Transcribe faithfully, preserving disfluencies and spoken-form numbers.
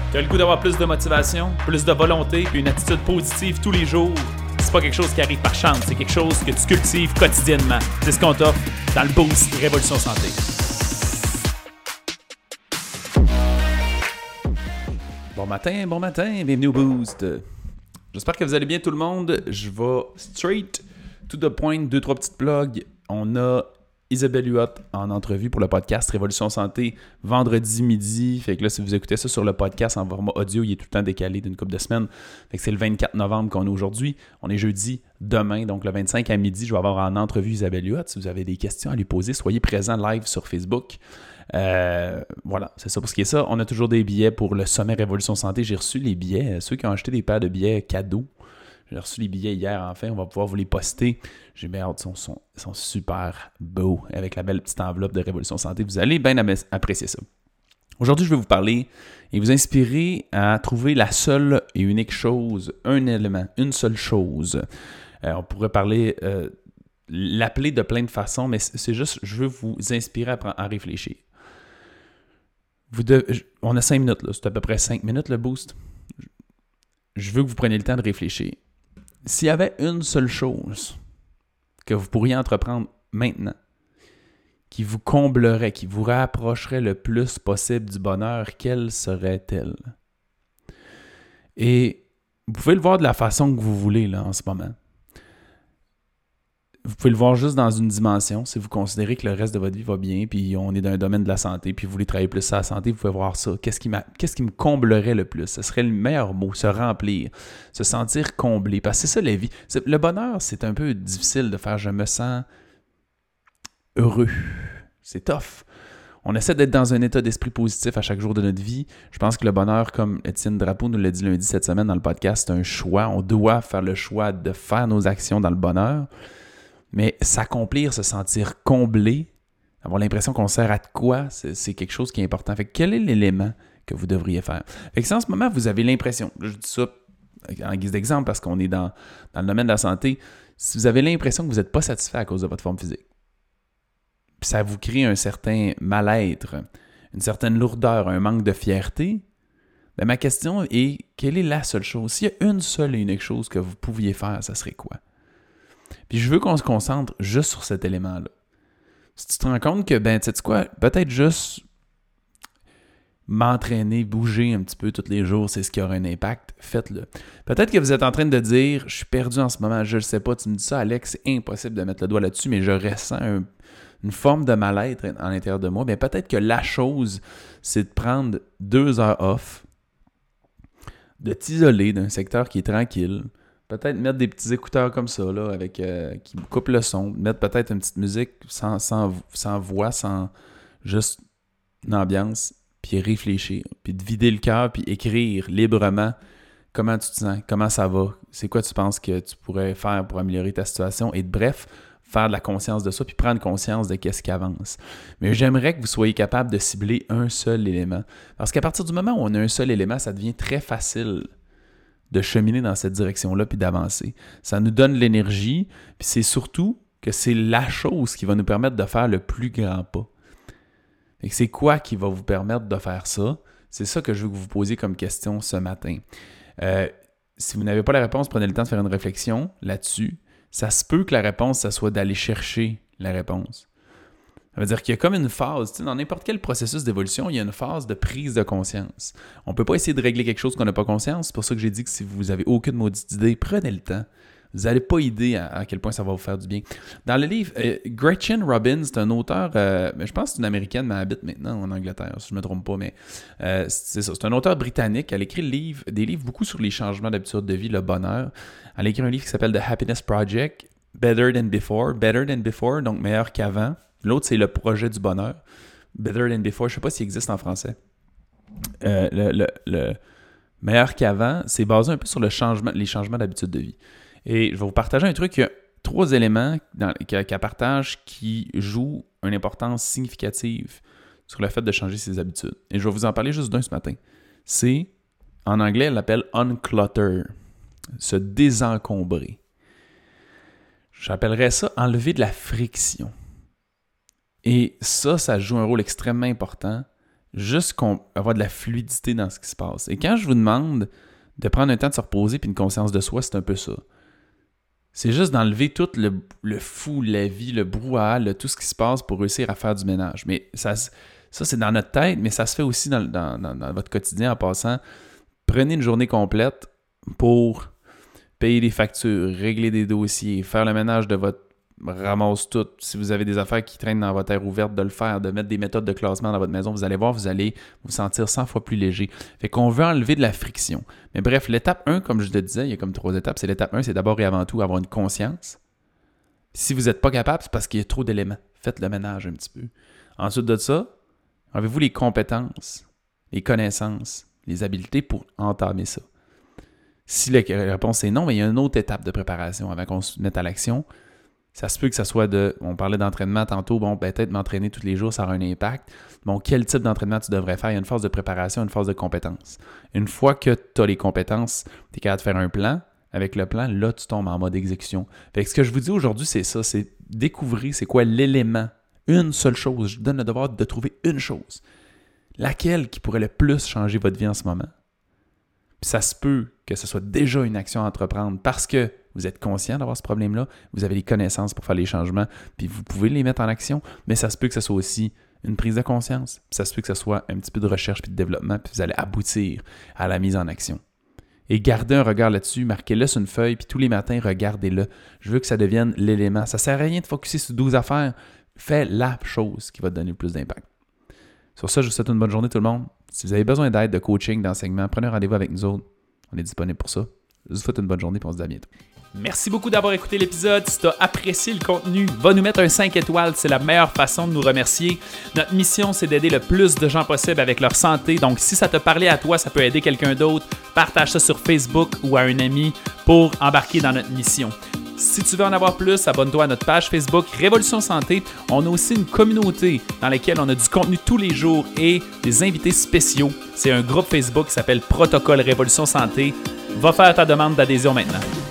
Tu as le goût d'avoir plus de motivation, plus de volonté, puis une attitude positive tous les jours. C'est pas quelque chose qui arrive par chance, c'est quelque chose que tu cultives quotidiennement. C'est ce qu'on t'offre dans le Boost Révolution Santé. Bon matin, bon matin, bienvenue au Boost. J'espère que vous allez bien tout le monde. Je vais straight to the point, deux, trois petites plugs. On a Isabelle Huot en entrevue pour le podcast Révolution Santé vendredi midi. Fait que là, si vous écoutez ça sur le podcast en format audio, il est tout le temps décalé d'une couple de semaines. Fait que c'est le vingt-quatre novembre qu'on est aujourd'hui. On est jeudi demain, donc le vingt-cinq à midi, je vais avoir en entrevue Isabelle Huot. Si vous avez des questions à lui poser, soyez présents live sur Facebook. Euh, voilà, c'est ça pour ce qui est ça. On a toujours des billets pour le sommet Révolution Santé. J'ai reçu les billets, ceux qui ont acheté des paires de billets cadeaux. J'ai reçu les billets hier, enfin, on va pouvoir vous les poster. J'ai bien hâte, ils sont, sont, ils sont super beaux avec la belle petite enveloppe de Révolution Santé. Vous allez bien apprécier ça. Aujourd'hui, je vais vous parler et vous inspirer à trouver la seule et unique chose, un élément, une seule chose. Euh, on pourrait parler, euh, l'appeler de plein de façons, mais c'est juste, je veux vous inspirer à, à réfléchir. Vous devez, on a cinq minutes, là, c'est à peu près cinq minutes le boost. Je veux que vous preniez le temps de réfléchir. S'il y avait une seule chose que vous pourriez entreprendre maintenant, qui vous comblerait, qui vous rapprocherait le plus possible du bonheur, quelle serait-elle? Et vous pouvez le voir de la façon que vous voulez là, en ce moment. Vous pouvez le voir juste dans une dimension. Si vous considérez que le reste de votre vie va bien, puis on est dans un domaine de la santé, puis vous voulez travailler plus sur la santé, vous pouvez voir ça. Qu'est-ce qui, m'a, qu'est-ce qui me comblerait le plus? Ce serait le meilleur mot, se remplir, se sentir comblé. Parce que c'est ça la vie. C'est, le bonheur, c'est un peu difficile de faire « je me sens heureux ». C'est tough. On essaie d'être dans un état d'esprit positif à chaque jour de notre vie. Je pense que le bonheur, comme Étienne Drapeau nous l'a dit lundi cette semaine dans le podcast, c'est un choix. On doit faire le choix de faire nos actions dans le bonheur. Mais s'accomplir, se sentir comblé, avoir l'impression qu'on sert à de quoi, c'est, c'est quelque chose qui est important. Fait que quel est l'élément que vous devriez faire? Fait que si en ce moment, vous avez l'impression, je dis ça en guise d'exemple parce qu'on est dans, dans le domaine de la santé, si vous avez l'impression que vous n'êtes pas satisfait à cause de votre forme physique, puis ça vous crée un certain mal-être, une certaine lourdeur, un manque de fierté, bien ma question est, quelle est la seule chose? S'il y a une seule et unique chose que vous pouviez faire, ça serait quoi? Puis je veux qu'on se concentre juste sur cet élément-là. Si tu te rends compte que, ben, tu sais quoi, peut-être juste m'entraîner, bouger un petit peu tous les jours, c'est ce qui aura un impact, faites-le. Peut-être que vous êtes en train de dire, je suis perdu en ce moment, je ne sais pas, tu me dis ça, Alex, c'est impossible de mettre le doigt là-dessus, mais je ressens un, une forme de mal-être à l'intérieur de moi. Bien, peut-être que la chose, c'est de prendre deux heures off, de t'isoler d'un secteur qui est tranquille, peut-être mettre des petits écouteurs comme ça, là, avec, euh, qui coupent le son. Mettre peut-être une petite musique sans, sans, sans voix, sans juste une ambiance, puis réfléchir, puis de vider le cœur, puis écrire librement comment tu te sens, comment ça va, c'est quoi tu penses que tu pourrais faire pour améliorer ta situation, et bref, faire de la conscience de ça, puis prendre conscience de qu'est-ce qui avance. Mais j'aimerais que vous soyez capable de cibler un seul élément. Parce qu'à partir du moment où on a un seul élément, ça devient très facile de cheminer dans cette direction-là puis d'avancer. Ça nous donne l'énergie, puis c'est surtout que c'est la chose qui va nous permettre de faire le plus grand pas. Et c'est quoi qui va vous permettre de faire ça? C'est ça que je veux que vous posiez comme question ce matin. Euh, si vous n'avez pas la réponse, prenez le temps de faire une réflexion là-dessus. Ça se peut que la réponse, ça soit d'aller chercher la réponse. Ça veut dire qu'il y a comme une phase, tu sais, dans n'importe quel processus d'évolution, il y a une phase de prise de conscience. On ne peut pas essayer de régler quelque chose qu'on n'a pas conscience. C'est pour ça que j'ai dit que si vous n'avez aucune maudite idée, prenez le temps. Vous n'avez pas idée à, à quel point ça va vous faire du bien. Dans le livre, euh, Gretchen Rubin, c'est un auteur, euh, je pense que c'est une Américaine, mais elle habite maintenant en Angleterre, si je ne me trompe pas, mais euh, c'est ça. C'est un auteur britannique. Elle écrit le livre, des livres beaucoup sur les changements d'habitude de vie, le bonheur. Elle a écrit un livre qui s'appelle The Happiness Project, Better Than Before, Better Than Before, donc meilleur qu'avant. L'autre, c'est le projet du bonheur. Better Than Before, je ne sais pas s'il existe en français. Euh, le, le, le meilleur qu'avant, c'est basé un peu sur le changement, les changements d'habitude de vie. Et je vais vous partager un truc, il y a trois éléments dans, qu'elle partage qui jouent une importance significative sur le fait de changer ses habitudes. Et je vais vous en parler juste d'un ce matin. C'est, en anglais, elle l'appelle « unclutter », se désencombrer. J'appellerais ça « enlever de la friction ». Et ça, ça joue un rôle extrêmement important. juste qu'on, avoir de la fluidité dans ce qui se passe. Et quand je vous demande de prendre un temps de se reposer puis une conscience de soi, c'est un peu ça. C'est juste d'enlever tout le, le fou, la vie, le brouhaha, le, tout ce qui se passe pour réussir à faire du ménage. Mais ça, ça c'est dans notre tête, mais ça se fait aussi dans, dans, dans, dans votre quotidien en passant. Prenez une journée complète pour payer des factures, régler des dossiers, faire le ménage de votre ramasse tout. Si vous avez des affaires qui traînent dans votre aire ouverte, de le faire, de mettre des méthodes de classement dans votre maison, vous allez voir, vous allez vous sentir cent fois plus léger. Fait qu'on veut enlever de la friction. Mais bref, l'étape un, comme je te disais, il y a comme trois étapes. C'est l'étape un, c'est d'abord et avant tout avoir une conscience. Si vous n'êtes pas capable, c'est parce qu'il y a trop d'éléments. Faites le ménage un petit peu. Ensuite de ça, avez-vous les compétences, les connaissances, les habiletés pour entamer ça? Si la réponse est non, mais il y a une autre étape de préparation avant qu'on se mette à l'action. Ça se peut que ça soit de, on parlait d'entraînement tantôt, bon, peut-être m'entraîner tous les jours, ça aura un impact. Bon, quel type d'entraînement tu devrais faire? Il y a une phase de préparation, une phase de compétence. Une fois que tu as les compétences, tu es capable de faire un plan. Avec le plan, là, tu tombes en mode exécution. Fait que ce que je vous dis aujourd'hui, c'est ça, c'est découvrir c'est quoi l'élément, une seule chose. Je vous donne le devoir de trouver une chose. Laquelle qui pourrait le plus changer votre vie en ce moment? Puis ça se peut que ce soit déjà une action à entreprendre parce que vous êtes conscient d'avoir ce problème-là, vous avez les connaissances pour faire les changements, puis vous pouvez les mettre en action, mais ça se peut que ce soit aussi une prise de conscience, puis ça se peut que ce soit un petit peu de recherche puis de développement, puis vous allez aboutir à la mise en action. Et gardez un regard là-dessus, marquez-le sur une feuille, puis tous les matins, regardez-le. Je veux que ça devienne l'élément. Ça ne sert à rien de focusser sur douze affaires. Fais la chose qui va te donner le plus d'impact. Sur ça, je vous souhaite une bonne journée tout le monde. Si vous avez besoin d'aide, de coaching, d'enseignement, prenez un rendez-vous avec nous autres. On est disponible pour ça. Je vous souhaite une bonne journée et on se dit à bientôt. Merci beaucoup d'avoir écouté l'épisode. Si tu as apprécié le contenu, va nous mettre un cinq étoiles. C'est la meilleure façon de nous remercier. Notre mission, c'est d'aider le plus de gens possible avec leur santé. Donc, si ça t'a parlé à toi, ça peut aider quelqu'un d'autre. Partage ça sur Facebook ou à un ami pour embarquer dans notre mission. Si tu veux en avoir plus, abonne-toi à notre page Facebook Révolution Santé. On a aussi une communauté dans laquelle on a du contenu tous les jours et des invités spéciaux. C'est un groupe Facebook qui s'appelle Protocole Révolution Santé. Va faire ta demande d'adhésion maintenant.